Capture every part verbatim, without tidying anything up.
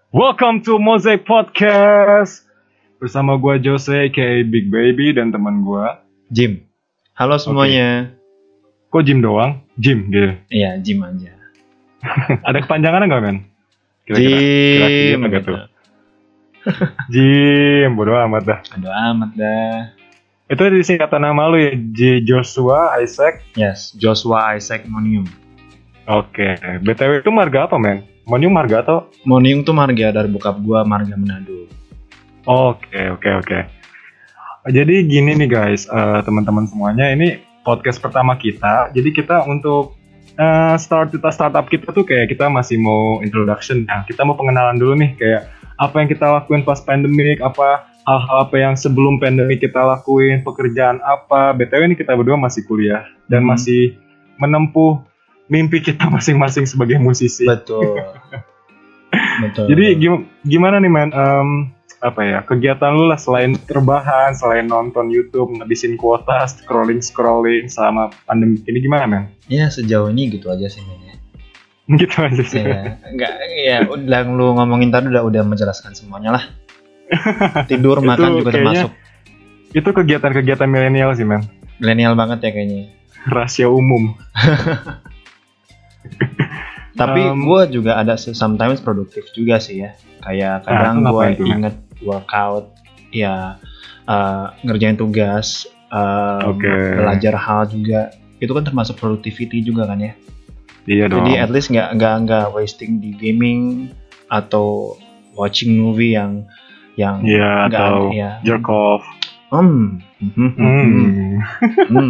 Welcome to Mosaic Podcast. Bersama gue Jose, aka Big Baby, dan teman gue Jim. Halo semuanya. Kok Jim doang? Jim gitu. Iya, Jim aja. Ada kepanjangan nggak, men? Jim. Kira-kira gitu. Jim, bodo amat dah. Bodo amat dah. Itu disingkatan nama lu ya, J. Joshua Isaac. Yes, Joshua Isaac Monium. Oke, B T W itu marga apa, men? Monium marga atau? Monium tuh marga dari bokap gua, marga Manado. Oke, oke, oke. Jadi gini nih guys, uh, teman-teman semuanya, ini podcast pertama kita. Jadi kita untuk uh, start kita startup kita tuh kayak kita masih mau introduction. Nah, kita mau pengenalan dulu nih, kayak apa yang kita lakuin pas pandemic, apa hal-hal apa yang sebelum pandemic kita lakuin, pekerjaan apa. B T W ini kita berdua masih kuliah dan hmm. masih menempuh mimpi kita masing-masing sebagai musisi. Betul. Betul. Jadi gim- gimana nih man? Um, apa ya kegiatan lu lah selain terbahan, selain nonton YouTube, ngabisin kuota, scrolling scrolling selama pandemi ini gimana man? Ya sejauh ini gitu aja sih men. Gitu aja sih. Ya, enggak ya udah lu ngomongin tadi udah udah menjelaskan semuanya lah. Tidur, makan juga termasuk. Itu kegiatan-kegiatan milenial sih man. Milenial banget ya kayaknya. Rahasia umum. Tapi um, gue juga ada sometimes produktif juga sih ya. Kayak kadang nah, gue inget workout, ya uh, ngerjain tugas, uh, okay. belajar hal juga. Itu kan termasuk productivity juga kan ya. Iya dong. Jadi at least nggak nggak nggak wasting di gaming atau watching movie yang yang yeah, nggak atau ya. jerk off. Hmm. Hmm. Hmm. hmm.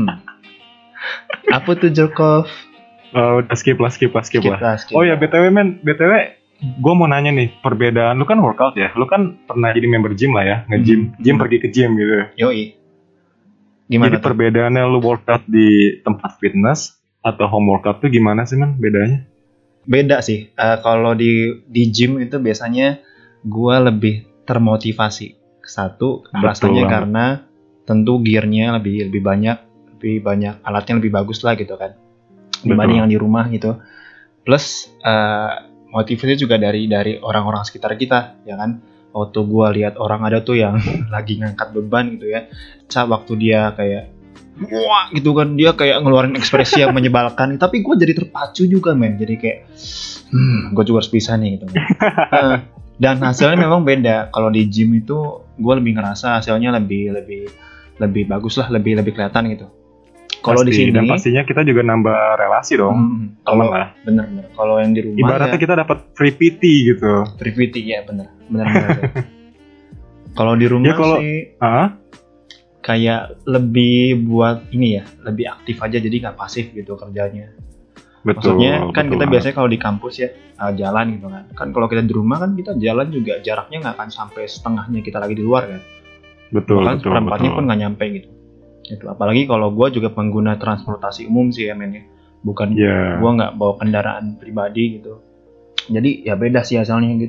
Apa tuh jerk off? Uh, udah skip lah, skip lah, skip, skip lah. lah skip oh ya, B T W men, B T W gue mau nanya nih, perbedaan, lu kan workout ya, lu kan pernah jadi member gym lah ya, nge-gym, hmm. gym pergi ke gym gitu. Yoi. Gimana jadi tuh? Perbedaannya lu workout di tempat fitness atau home workout tuh gimana sih men, bedanya? Beda sih, uh, kalau di di gym itu biasanya gue lebih termotivasi. Satu, alasannya karena tentu gearnya lebih lebih banyak, lebih banyak alatnya lebih bagus lah gitu kan. Dibanding yang di rumah gitu. Plus uh, motivasinya juga dari dari orang-orang sekitar kita, ya kan. Waktu gue lihat orang ada tuh yang lagi ngangkat beban gitu ya, Ca, waktu dia kayak wah gitu kan, dia kayak ngeluarin ekspresi yang menyebalkan, tapi gue jadi terpacu juga men, jadi kayak hmm, gue juga harus bisa nih gitu. uh, dan hasilnya memang beda. Kalau di gym itu gue lebih ngerasa hasilnya lebih lebih lebih bagus lah, lebih lebih kelihatan gitu. Kalau di sini dan pastinya kita juga nambah relasi dong. Hmm, kalau bener-bener kalau yang di rumah ibaratnya ya, kita dapat free P T gitu. Free P T ya bener, bener-bener. Kalau di rumah ya, kalo, sih, uh? kayak lebih buat ini ya, lebih aktif aja, jadi nggak pasif gitu kerjanya. Betul. Maksudnya kan betul kita banget. Biasanya kalau di kampus ya uh, jalan gitu kan. Kan kalau kita di rumah kan kita jalan juga jaraknya nggak akan sampai setengahnya kita lagi di luar kan. Betul. Bahkan betul. seperempatnya betul. pun nggak nyampe gitu. Itu apalagi kalau gue juga pengguna transportasi umum sih ya men ya, bukan yeah. gue nggak bawa kendaraan pribadi gitu, jadi ya beda sih hasilnya gitu.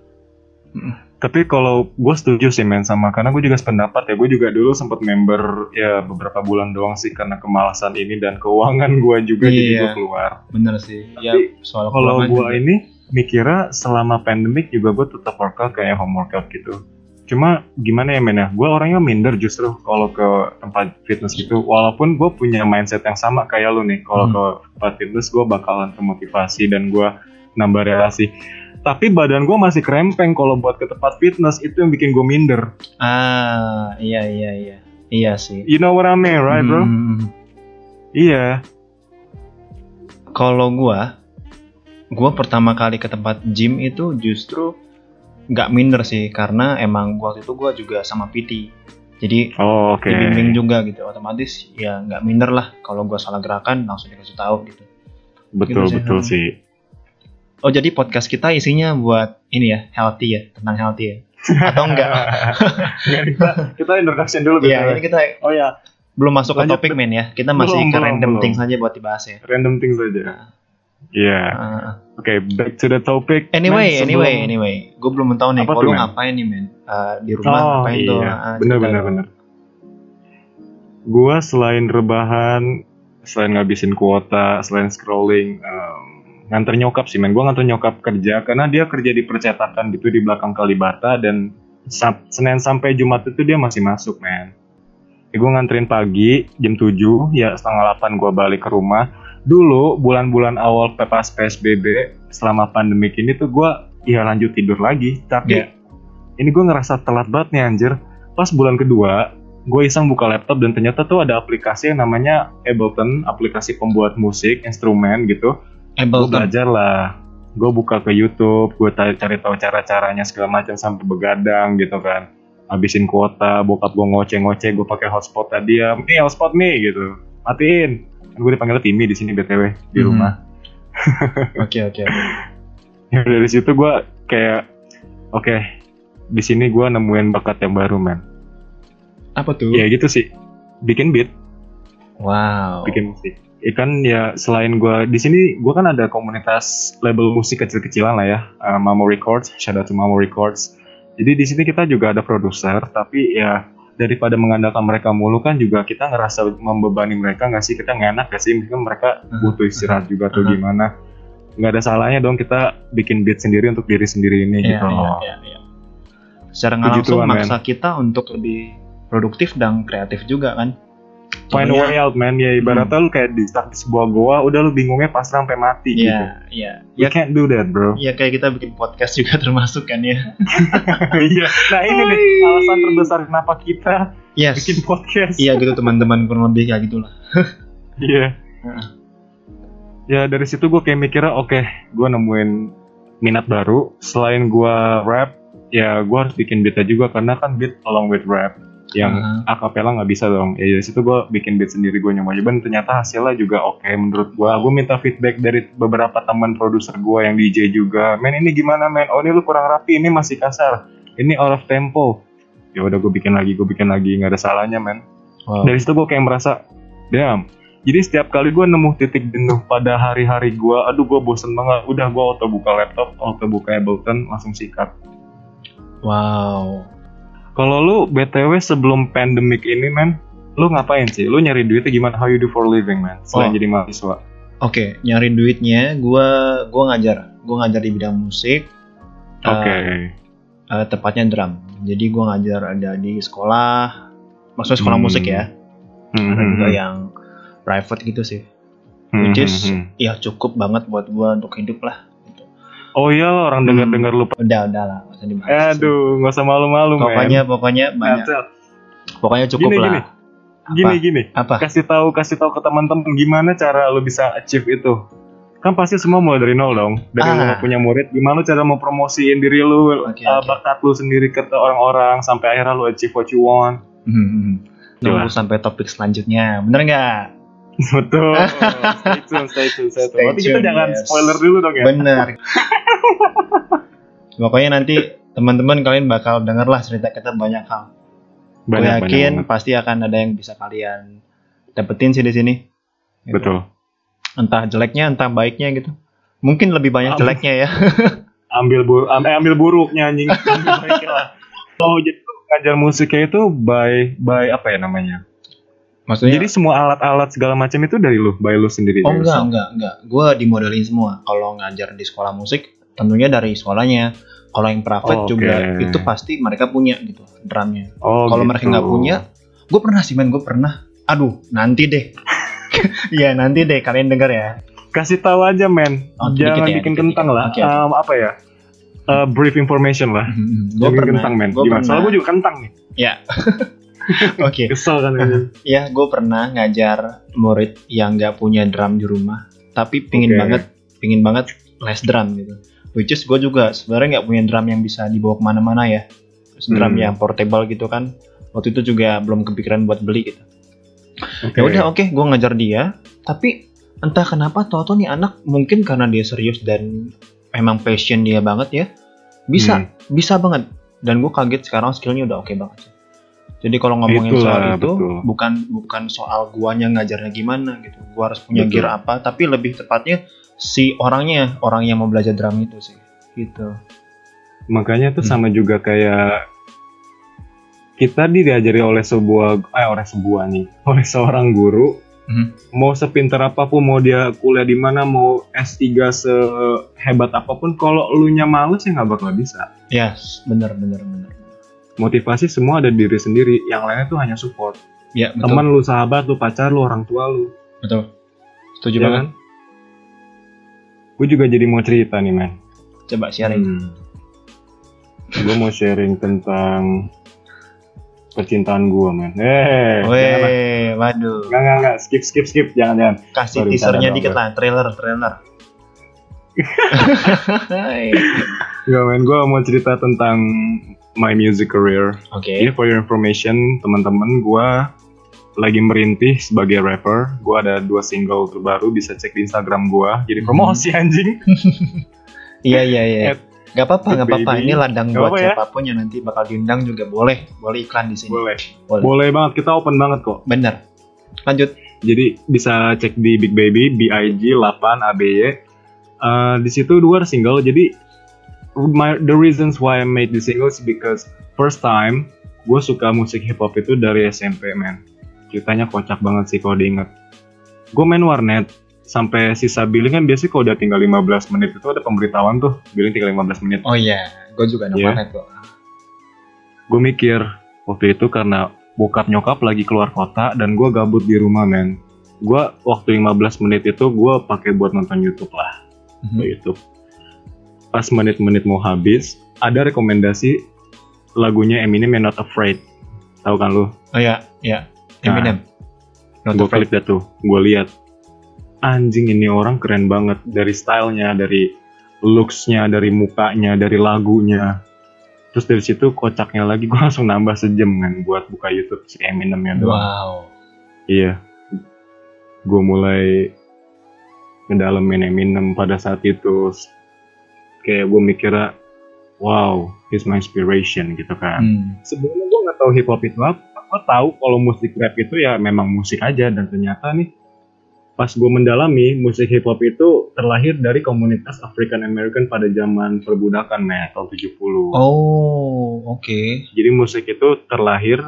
Tapi kalau gue setuju sih men sama, karena gue juga sependapat ya, gue juga dulu sempat member ya beberapa bulan doang sih karena kemalasan ini dan keuangan gue juga yeah. jadi gue keluar. Bener sih. Tapi ya, soal kalau gue ini mikirnya selama pandemic juga gue tetap workout kayak home workout gitu. Cuma gimana ya men ya, gue orangnya minder justru kalau ke tempat fitness gitu. Walaupun gue punya mindset yang sama kayak lu nih, kalau hmm. ke tempat fitness gue bakalan termotivasi dan gue nambah relasi. Tapi badan gue masih krempeng kalau buat ke tempat fitness, itu yang bikin gue minder. Ah iya iya iya, iya sih. You know what I mean, right bro? Hmm. Iya. Kalau gue, gue pertama kali ke tempat gym itu justru nggak minder sih, karena emang waktu itu gue juga sama P T, jadi oh, okay. dibimbing juga gitu, otomatis ya nggak minder lah kalau gue salah gerakan langsung dikasih tahu gitu. Betul gitu betul sih. Oh jadi podcast kita isinya buat ini ya, healthy ya, tentang healthy ya, atau enggak? kita kita introduction dulu. Iya ini kita. Oh ya. Belum masuk Lanjut, ke topik men ya, kita masih belum, ke random belum. things aja buat dibahas ya. Random things aja. Nah. Iya. Yeah. Uh, Oke, okay, back to the topic. Anyway, man, anyway, sebelum... anyway. Gue belum tahu nih, kalau lu ngapain nih, men? Uh, di rumah oh, ngapain iya. tuh? Uh, bener, bener, bener. Gue selain rebahan, selain ngabisin kuota, selain scrolling, um, nganter nyokap sih men. Gue nganter nyokap kerja karena dia kerja di percetakan gitu di belakang Kalibata, dan Sab- Senin sampai Jumat itu dia masih masuk men. Ya, gue nganterin pagi jam tujuh, ya setengah delapan gue balik ke rumah. Dulu bulan-bulan awal pas P S B B selama pandemik ini tuh gue ya lanjut tidur lagi. Tapi Yeah. ini gue ngerasa telat banget nih anjir. Pas bulan kedua gue iseng buka laptop dan ternyata tuh ada aplikasi yang namanya Ableton, aplikasi pembuat musik, instrumen gitu. Gue Ableton. belajar lah. Gue buka ke YouTube, gue cari tahu cara-caranya segala macam sampai begadang gitu kan. Habisin kuota, bokap gue ngoceh-ngoceh, gue pakai hotspot tadi ya, nih hotspot nih gitu, matiin. Kan gue dipanggil Timmy di sini B T W di rumah. Oke oke. Ya dari situ gue kayak, oke, okay, di sini gue nemuin bakat yang baru men. Apa tuh? Ya gitu sih, bikin beat, Wow. bikin musik. Ikan ya selain gue di sini, gue kan ada komunitas label musik kecil-kecilan lah ya, uh, Mamo Records, shout out to Mamo Records. Jadi di sini kita juga ada produser, tapi ya daripada mengandalkan mereka mulu kan juga kita ngerasa membebani mereka nggak sih, kita nggak enak nggak sih, mungkin mereka butuh istirahat juga atau Uh-huh. gimana. Nggak ada salahnya dong kita bikin beat sendiri untuk diri sendiri ini Iya, gitu iya, loh. iya, iya. Secara nggak Puji langsung Tuhan, maksa kita untuk lebih produktif dan kreatif juga kan. Find a way out man, ya ibaratnya lu kayak di stuck di sebuah goa, udah lu bingungnya pasrah sampai mati gitu. Iya, iya. You Ya, can't do that bro. ya kayak kita bikin podcast juga termasuk kan ya. Iya. Nah ini nih alasan terbesar kenapa kita Yes. bikin podcast. Iya gitu teman-teman, kurang lebih kayak gitulah. Iya. Heeh. Ya dari situ gue kayak mikirnya oke, okay, gue nemuin minat baru. Selain gue rap, ya gue harus bikin beatnya juga karena kan beat along with rap. Yang Uh-huh. akapela nggak bisa dong. Ya dari situ gue bikin beat sendiri, gue nyoba-nyoba. Ternyata hasilnya juga oke okay, menurut gue. Gue minta feedback dari beberapa teman produser gue yang D J juga. Men ini gimana men? Oh ini lu kurang rapi, ini masih kasar. Ini out of tempo. Ya udah gue bikin lagi, gue bikin lagi, nggak ada salahnya men. Wow. Dari situ gue kayak merasa, damn. Jadi setiap kali gue nemu titik jenuh pada hari-hari gue, aduh gue bosen banget. Udah gue auto buka laptop, auto buka Ableton, langsung sikat. Wow. Kalau lu B T W sebelum pandemic ini men, lu ngapain sih? Lu nyari duitnya gimana? How you do for living man? Selain Oh. jadi mahasiswa. Oke, okay, nyari duitnya, gua gua ngajar, gua ngajar di bidang musik. Oke. Uh, uh, tepatnya drum. Jadi gua ngajar ada di sekolah, maksudnya sekolah Hmm. musik ya. Hmm, Ada hmm, juga hmm. yang private gitu sih. Hmm, Which is hmm, hmm. ya cukup banget buat gua untuk hidup lah. Gitu. Oh iya, orang Hmm. dengar-dengar lu. Udah, udah lah, nggak usah dibahas. Aduh, nggak usah malu-malu men. Pokoknya, pokoknya banyak. Cancel. Pokoknya cukup Gini, lah. gini. Apa? Gini gini. Apa? Kasih tahu kasih tahu ke teman-teman gimana cara lu bisa achieve itu. Kan pasti semua mulai dari nol dong. Dari Ah. lu nggak punya murid, gimana cara mau promosiin diri lu, Oke, uh, oke. bakat lu sendiri ke orang-orang sampai akhirnya lu achieve what you want. Hmm. Nunggu Jelas. sampai topik selanjutnya, bener nggak? Betul. Stay tune, stay tune, stay tune. Stay Tapi kita tune, jangan yes. spoiler dulu dong ya. Bener. Pokoknya nanti teman-teman kalian bakal denger lah cerita kita banyak hal. Gue Banyak, yakin banyak, pasti akan ada yang bisa kalian dapetin sih di sini. Gitu. Betul. Entah jeleknya, entah baiknya gitu. Mungkin lebih banyak Am- jeleknya ya. Ambil bur am- eh, ambil buruknya anjing. Ambil baiknya lah. Oh, jadi lu ngajar musiknya itu by by apa ya namanya? Maksudnya? Jadi semua alat-alat segala macam itu dari lu, by lu sendiri. oh dari enggak, yourself? enggak, enggak. Gue dimodelin semua. Kalau ngajar di sekolah musik, tentunya dari sekolahnya. Kalau yang private Oh, juga oke. itu pasti mereka punya gitu drumnya. Oh, Kalau gitu. mereka nggak punya, gue pernah sih men, gue pernah. Aduh, nanti deh. Iya nanti deh kalian denger ya. Kasih tahu aja men, Oh, jangan dikit ya, bikin dikit, kentang dikit. lah. Oke, oke. Um, apa ya? Uh, brief information lah. Gue Jangan bikin pernah. kentang men. Gue Gimana? pernah. Soalnya gue juga kentang nih. Ya. Oke. Kesel kan ini. Ya, gue pernah ngajar murid yang nggak punya drum di rumah, tapi pingin Oke. banget, pingin banget les drum gitu. Which is gue juga sebenarnya nggak punya drum yang bisa dibawa kemana-mana ya. Terus drum Hmm. yang portable gitu kan. Waktu itu juga belum kepikiran buat beli gitu. Oke. Ya udah oke, gue ngajar dia. Tapi entah kenapa tau-tau nih anak mungkin karena dia serius dan emang passion dia banget ya, bisa, Hmm. bisa banget. Dan gue kaget sekarang skillnya udah oke banget sih. Jadi kalau ngomongin Itulah, soal itu betul. bukan bukan soal guanya ngajarnya gimana gitu. Gua harus punya Betul. gear apa, tapi lebih tepatnya si orangnya, orang yang mau belajar drum itu sih. Gitu. Makanya tuh Hmm. sama juga kayak kita diajari oleh sebuah eh oleh sebuah nih, oleh seorang guru Mm-hmm. Mau sepintar apapun, mau dia kuliah di mana, mau S tiga sehebat apapun, kalau lu nya males ya nggak bakal bisa. Yes, benar benar benar. Motivasi semua ada diri sendiri, yang lainnya tuh hanya support. Ya, betul. Teman lu, sahabat lu, pacar lu, orang tua lu. Betul. Setuju ya banget. Kan? Gue juga jadi mau cerita nih, man. Coba sharing. Hmm. Gue mau sharing tentang percintaan gue, man. Eh, Weh, waduh. Enggak, enggak, enggak. Skip, skip, skip. Jangan, jangan. Kasih Sorry, teasernya dikit lah, trailer, trailer. Enggak, man. Gue mau cerita tentang my music career. Oke. Okay. Jadi for your information, teman-teman, gue lagi merintih sebagai rapper. Gue ada dua single terbaru, bisa cek di Instagram gue. Jadi promosi hmm. anjing. Iya, iya, iya. Gak apa-apa, gak apa-apa. Ini ladang gak buat apa, siapapun ya? Yang nanti bakal diundang juga boleh. Boleh iklan di sini. Boleh. Boleh. Boleh banget, kita open banget kok. Bener. Lanjut. Jadi bisa cek di Big Baby, B I G delapan A B Y. Uh, di situ dua single. Jadi my, the reasons why I made the single is because first time gue suka musik hip hop itu dari S M P, man. Ceritanya kocak banget sih kalau diinget. Gue main warnet. Sampai sisa billing kan biasanya kalau udah tinggal lima belas menit itu ada pemberitahuan tuh, billing tinggal lima belas menit. Oh iya, yeah. gue juga anak yeah. warnet kok. Gue mikir waktu itu karena bokap nyokap lagi keluar kota dan gue gabut di rumah, men. Gue waktu lima belas menit itu gue pakai buat nonton YouTube lah. Mm-hmm. YouTube. Pas menit-menit mau habis, ada rekomendasi lagunya Eminem yang Not Afraid. Tahu kan lu? Oh iya, iya. Eminem. Nah, gue klik dah tuh, gue lihat. Anjing, ini orang keren banget dari stylenya, dari looks-nya, dari mukanya, dari lagunya. Terus dari situ kocaknya lagi gue langsung nambah sejam kan buat buka YouTube si Eminem-nya doang. Wow. Iya. Gue mulai ngedalemin Eminem pada saat itu. Kayak gue mikirnya, wow, he's my inspiration gitu kan. Hmm. Sebelumnya gue nggak tahu hip hop itu apa. Gue tahu kalau musik rap itu ya memang musik aja, dan ternyata nih pas gue mendalami, musik hip hop itu terlahir dari komunitas African American pada zaman perbudakan, man, tahun tujuh puluh. Oh, oke. Okay. Jadi musik itu terlahir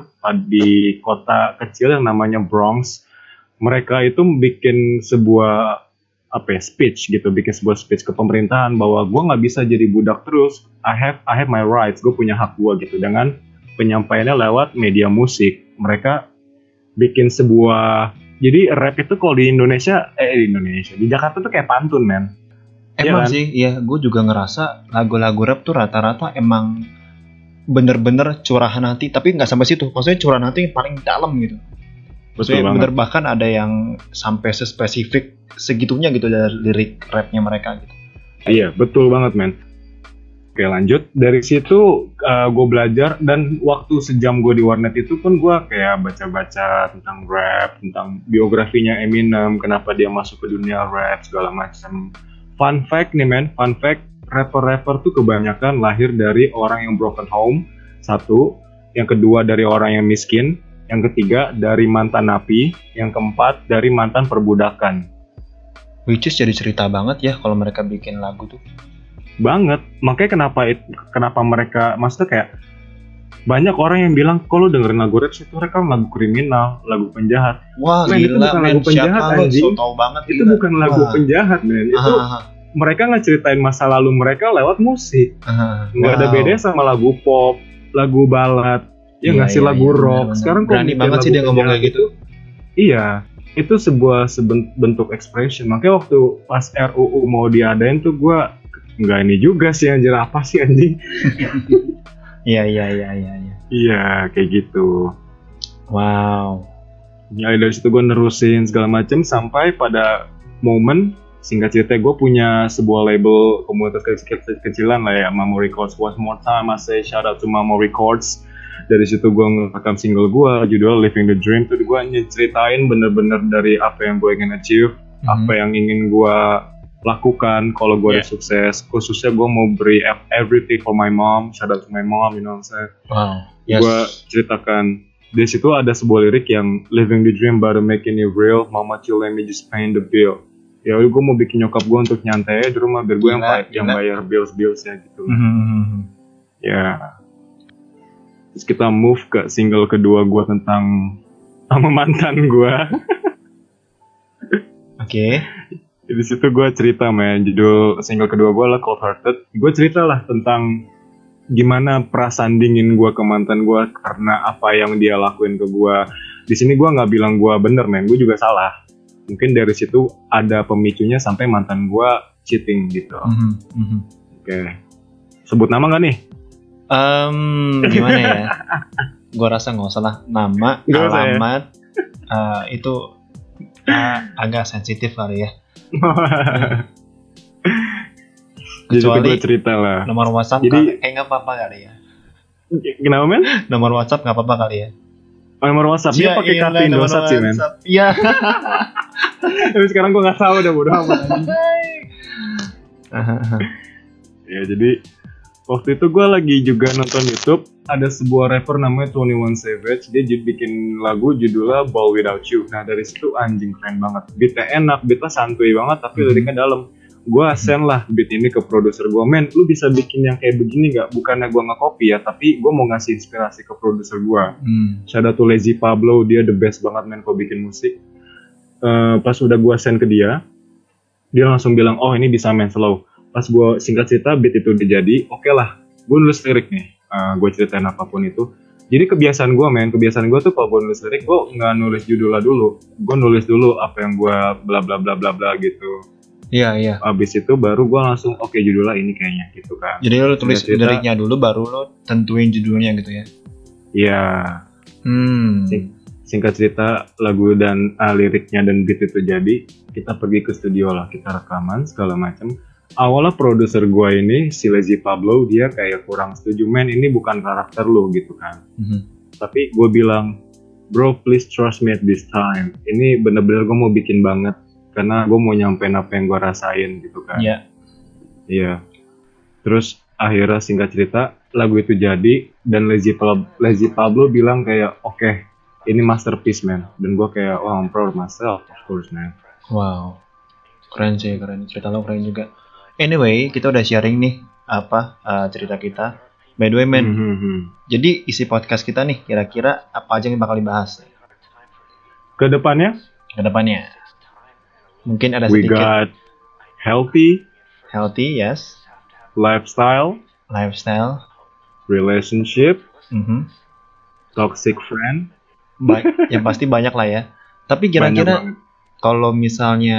di kota kecil yang namanya Bronx. Mereka itu bikin sebuah apa ya, speech gitu, bikin sebuah speech ke pemerintahan bahwa gue nggak bisa jadi budak terus. I have I have my rights, gue punya hak gue gitu. Dengan penyampaiannya lewat media musik, mereka bikin sebuah. Jadi rap itu kalau di Indonesia, eh di Indonesia, di Jakarta tuh kayak pantun, men. Emang ya kan? Sih, ya gue juga ngerasa lagu-lagu rap tuh rata-rata emang bener-bener curahan hati, tapi nggak sampai situ. Maksudnya curahan hati yang paling dalam gitu. Maksudnya bener bahkan ada yang sampai sespesifik segitunya gitu dari lirik rapnya mereka gitu. Iya, betul banget, men. Oke, lanjut. Dari situ uh, gue belajar, dan waktu sejam gue di warnet itu pun gue kayak baca-baca tentang rap, tentang biografinya Eminem, kenapa dia masuk ke dunia rap, segala macam. Fun fact nih, men, fun fact, rapper-rapper tuh kebanyakan lahir dari orang yang broken home, satu. Yang kedua dari orang yang miskin. Yang ketiga dari mantan napi. Yang keempat dari mantan perbudakan. Which is jadi cerita banget ya kalau mereka bikin lagu tuh. Banget, makanya kenapa it, kenapa mereka, maksudnya kayak banyak orang yang bilang kalau dengerin lagu rap itu mereka lagu kriminal, lagu penjahat. Wah, men, gila, itu bukan men, lagu penjahat, anjing. So tau banget, itu gila. Bukan lagu Wah. penjahat, men. Itu Aha. mereka ngeceritain masa lalu mereka lewat musik. Aha. Nggak wow. ada bedanya sama lagu pop, lagu balad, ya nggak iya, sih iya, lagu iya, rock. Bener, Sekarang berani banget sih dia ngomong kayak gitu. Iya. Itu sebuah bentuk expression. Makanya waktu pas R U U mau diadain tuh gue nggak ini juga sih, anjir, apa sih anjing. Iya iya iya iya iya. Iya kayak gitu. Wow. Ya dari situ gue nerusin segala macam sampai pada momen, singkat cerita, gue punya sebuah label komunitas kecil-kecilan lah ya, Mamo Records. One more time I say shout out to Mamo Records. Dari situ gue ngerekam single gue, judul Living the Dream. Tuh gue nyeritain bener-bener dari apa yang gue ingin achieve, mm-hmm. apa yang ingin gue lakukan kalau gue yeah. udah sukses. Khususnya gue mau beri everything for my mom, shout out to my mom, you know what I'm saying. Wow. Yes. Gue ceritakan di situ ada sebuah lirik yang living the dream but making it real, mama chill let me just paying the bill. Ya udah gue mau bikin nyokap gue untuk nyantai di rumah biar gue yang, yang bayar bills bills ya gitu. Mm-hmm. Ya. Terus kita move ke single kedua gue tentang sama mantan gue. Oke. Di situ gue cerita men, judul single kedua gue lah Cold Hearted. Gue cerita lah tentang gimana perasaan dingin gue ke mantan gue karena apa yang dia lakuin ke gue. Di sini gue nggak bilang gue bener men, gue juga salah. Mungkin dari situ ada pemicunya sampai mantan gue cheating gitu. Mm-hmm. Mm-hmm. Oke, sebut nama nggak nih? Um, gimana ya? Gue rasa nggak usah lah. Nama, Gak usah, alamat ya? uh, itu uh, agak sensitif kali ya. Kecuali gue cerita lah. Nomor WhatsApp Jadi, kayak nggak apa-apa kali ya. Kenapa men? Nomor WhatsApp nggak apa-apa kali ya. Oh, nomor WhatsApp dia Ya, pakai iya, kartu nomor Indosat sih men. WhatsApp. Iya. Tapi sekarang gue nggak tahu udah bodo amat. Ya jadi waktu itu gue lagi juga nonton YouTube, ada sebuah rapper namanya twenty one Savage, dia j- bikin lagu judulnya Ball Without You. Nah dari situ anjing keren banget, beatnya enak, beatnya santuy banget tapi Mhm. liriknya dalam. Gue send lah beat ini ke produser gue, men lu bisa bikin yang kayak begini gak? Bukannya gue nge-copy ya, tapi gue mau ngasih inspirasi ke produser gue. Hmm. Shout out to Lazy Pablo, dia the best banget men kalau bikin musik. Eh, pas udah gue send ke dia, dia langsung bilang, oh ini bisa main slow. Pas gue singkat cerita beat itu udah jadi, oke okay lah, gue nulis lirik nih, uh, gue ceritain apapun itu. Jadi kebiasaan gue men, kebiasaan gue tuh kalau gue nulis lirik, gue nggak nulis judulnya dulu, gue nulis dulu apa yang gue bla bla bla bla bla gitu. Iya iya. Abis itu baru gue langsung, oke okay, judulnya ini kayaknya gitu kan. Jadi lo tulis Singkat cerita, liriknya dulu, baru lo tentuin judulnya gitu ya. Iya. Hmm. Sing- singkat cerita lagu dan uh, liriknya dan beat itu jadi, kita pergi ke studio lah, kita rekaman segala macam. Awalnya produser gue ini si Lazy Pablo dia kayak kurang setuju, men ini bukan karakter lo gitu kan. Mm-hmm. Tapi gue bilang, bro please trust me at this time, ini bener-bener gue mau bikin banget karena gue mau nyampein apa yang gue rasain gitu kan. Iya. Yeah. Iya. Yeah. Terus akhirnya singkat cerita lagu itu jadi dan Lazy Pablo, Lazy Pablo bilang kayak oke okay, ini masterpiece man, dan gue kayak oh I'm proud of myself of course man. Wow, keren sih, keren, cerita lo keren juga. Anyway, kita udah sharing nih apa uh, cerita kita. By the way man, Mm-hmm. jadi isi podcast kita nih kira-kira apa aja yang bakal dibahas Ke depannya ke depannya? Mungkin ada we sedikit got healthy, healthy, yes, lifestyle, lifestyle, relationship, mm-hmm. toxic friend. Ba- yang pasti banyak lah ya. Tapi kira-kira kalau misalnya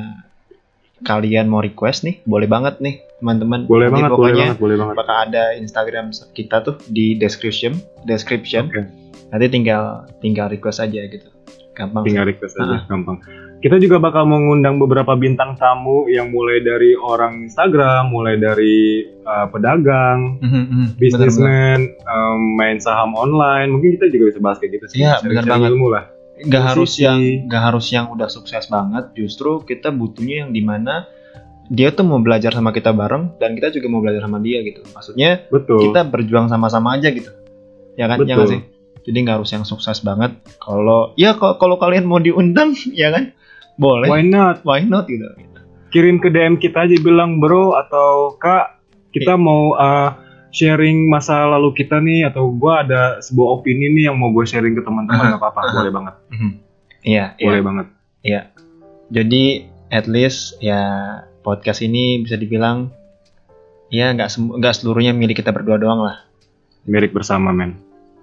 kalian mau request nih, boleh banget nih teman-teman. Boleh Nanti banget, boleh pokoknya banget, boleh banget. bakal ada Instagram kita tuh di description, description. Okay. Nanti tinggal tinggal request aja gitu. Gampang. Tinggal sih. request aja, Uh-huh. gampang. Kita juga bakal mengundang beberapa bintang tamu yang mulai dari orang Instagram, mulai dari uh, pedagang, Mm-hmm, businessman, um, main saham online. Mungkin kita juga bisa bahas kayak gitu sih. Iya, Sharing-sharing benar banget. ilmu lah. Gak harus Musisi. yang gak harus yang udah sukses banget. Justru kita butuhnya yang dimana dia tuh mau belajar sama kita bareng dan kita juga mau belajar sama dia gitu. Maksudnya Betul. kita berjuang sama-sama aja gitu. Ya kan? Ya Betul. gak sih? Jadi nggak harus yang sukses banget. Kalau ya kalau kalau kalian mau diundang, ya kan? Boleh. Why not? Why not gitu. Kirim ke D M kita aja bilang bro atau kak kita mau uh, sharing masa lalu kita nih, atau gue ada sebuah opini nih yang mau gue sharing ke teman-teman, nggak apa-apa, boleh banget. Iya. Boleh iya. banget. Iya. Jadi at least ya podcast ini bisa dibilang ya nggak sem- nggak seluruhnya milik kita berdua doang lah. Milik bersama men.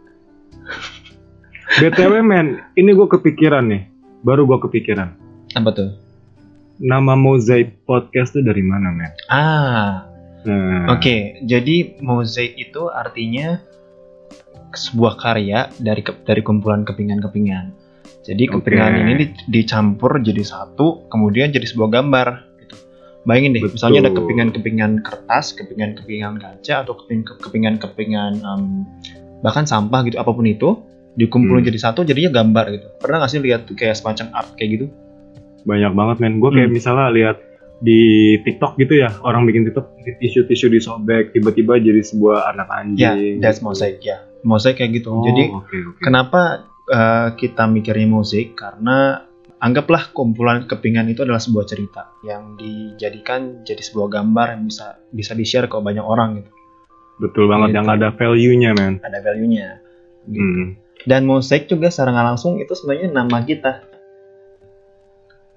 B T W men, ini gue kepikiran nih, baru gue kepikiran. Apa tuh? Nama Mosaic Podcast tuh dari mana men? Ah, Nah, oke. Okay. Jadi Mosaic itu artinya sebuah karya dari ke- dari kumpulan kepingan-kepingan. Jadi kepingan Oke. ini di- dicampur jadi satu, kemudian jadi sebuah gambar. Gitu. Bayangin deh, Betul. misalnya ada kepingan-kepingan kertas, kepingan-kepingan kaca, atau keping- kepingan-kepingan um, bahkan sampah gitu, apapun itu dikumpulin Hmm. jadi satu, jadinya gambar gitu. Pernah nggak sih lihat kayak semacam art kayak gitu? banyak banget men. Gue kayak Hmm. misalnya lihat di TikTok gitu ya, orang bikin TikTok tisu-tisu disobek, tiba-tiba jadi sebuah anak Ya, anjing. that's gitu. mosaic ya. Mosaic kayak gitu. Oh, Jadi oke, oke. kenapa uh, kita mikirnya musik? Karena anggaplah kumpulan kepingan itu adalah sebuah cerita yang dijadikan jadi sebuah gambar yang bisa bisa di-share ke banyak orang gitu. Betul banget, Gitu. yang ada value-nya men. Ada value-nya. Gitu. Hmm. Dan musik juga secara nggak langsung itu sebenarnya nama kita.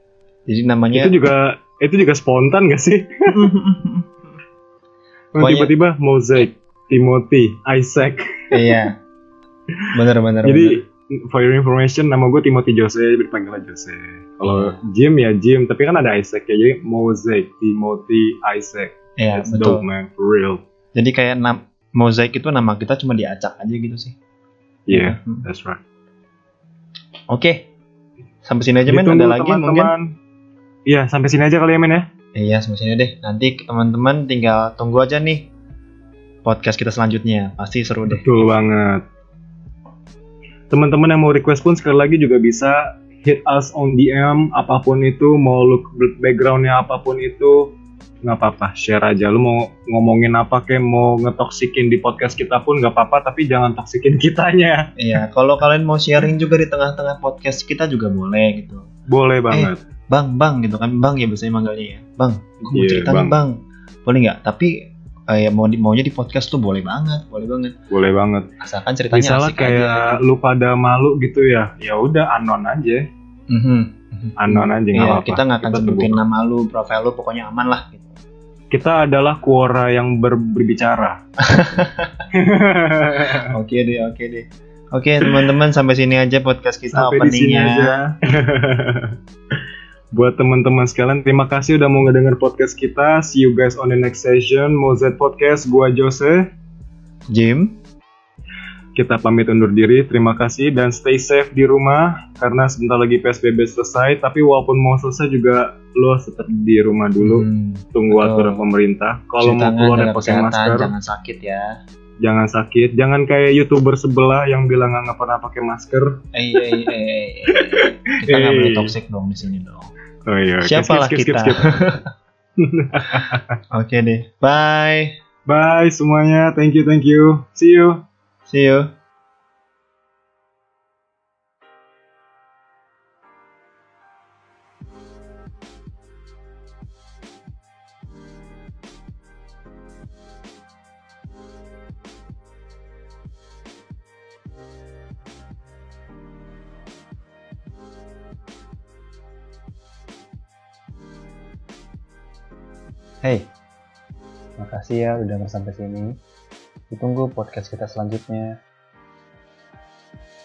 Jadi namanya Itu juga itu juga spontan gak sih? Pokoknya- Tiba-tiba Mosaic, Timothy, Isaac. iya. Benar-benar. Jadi for your information, nama gue Timothy Jose, dipanggilnya Jose. Kalau Iya. Jim ya Jim, tapi kan ada Isaac ya. Jadi Mosaic, Timothy, Isaac. Iya, That's betul. dope, man, for real. Jadi kayak nam- Mosaic itu nama kita cuma diacak aja gitu sih. Yeah, Hmm. that's right. Oke. Sampai sini aja men, Ditunggu, ada lagi mungkin. teman-teman. Iya, sampai sini aja kali ya, men ya. Iya, sampai sini deh. Nanti teman-teman tinggal tunggu aja nih podcast kita selanjutnya. Pasti seru deh. Betul banget. Teman-teman yang mau request pun sekali lagi juga bisa hit us on D M, apapun itu, mau look backgroundnya apapun itu, nggak apa-apa, share aja. Lu mau ngomongin apa kayak mau ngetoksikin di podcast kita pun nggak apa-apa, tapi jangan toksikin kitanya. Iya, kalau kalian mau sharing juga di tengah-tengah podcast kita juga boleh gitu. Boleh banget. Bang, bang gitu kan, bang ya biasanya manggilnya ya. Bang, gue mau Iya, cerita Bang. nih bang. Boleh nggak? Tapi eh, ya mau di, maunya di podcast tuh boleh banget, boleh banget. Boleh banget. Asalkan ceritanya Misalnya asik kayak aja. lu pada malu gitu ya, ya udah anon aja, Mhm. anon aja nggak Iya, apa-apa. kita nggak akan Kita sebutin terbuka. nama lu, profil lu, pokoknya aman lah gitu. Kita adalah Quora yang ber- berbicara. Oke deh, oke deh. Oke teman-teman, sampai sini aja podcast kita Sampai di sini openingnya. aja. Buat teman-teman sekalian, terima kasih udah mau ngedenger podcast kita. See you guys on the next session. Mozet Podcast, gua Jose. Jim, Kita pamit undur diri. Terima kasih dan stay safe di rumah karena sebentar lagi P S B B selesai. Tapi walaupun mau selesai juga lo tetap di rumah dulu. hmm, Tunggu betul. aturan pemerintah. Kalau cuci mau tangan, keluar ya jaga pakai kesehatan, masker. jangan sakit ya. Jangan sakit. Jangan kayak YouTuber sebelah yang bilang nggak pernah pakai masker. Eh, eh, eh, eh, eh. Kita nggak Eh. boleh toxic dong di sini dong. Oh iya. Siapalah Skip, skip, kita. skip, skip. Oke deh, bye, Bye semuanya. Thank you, thank you. See you. see you. Hey, makasih ya udah denger sampai sini. Ditunggu podcast kita selanjutnya.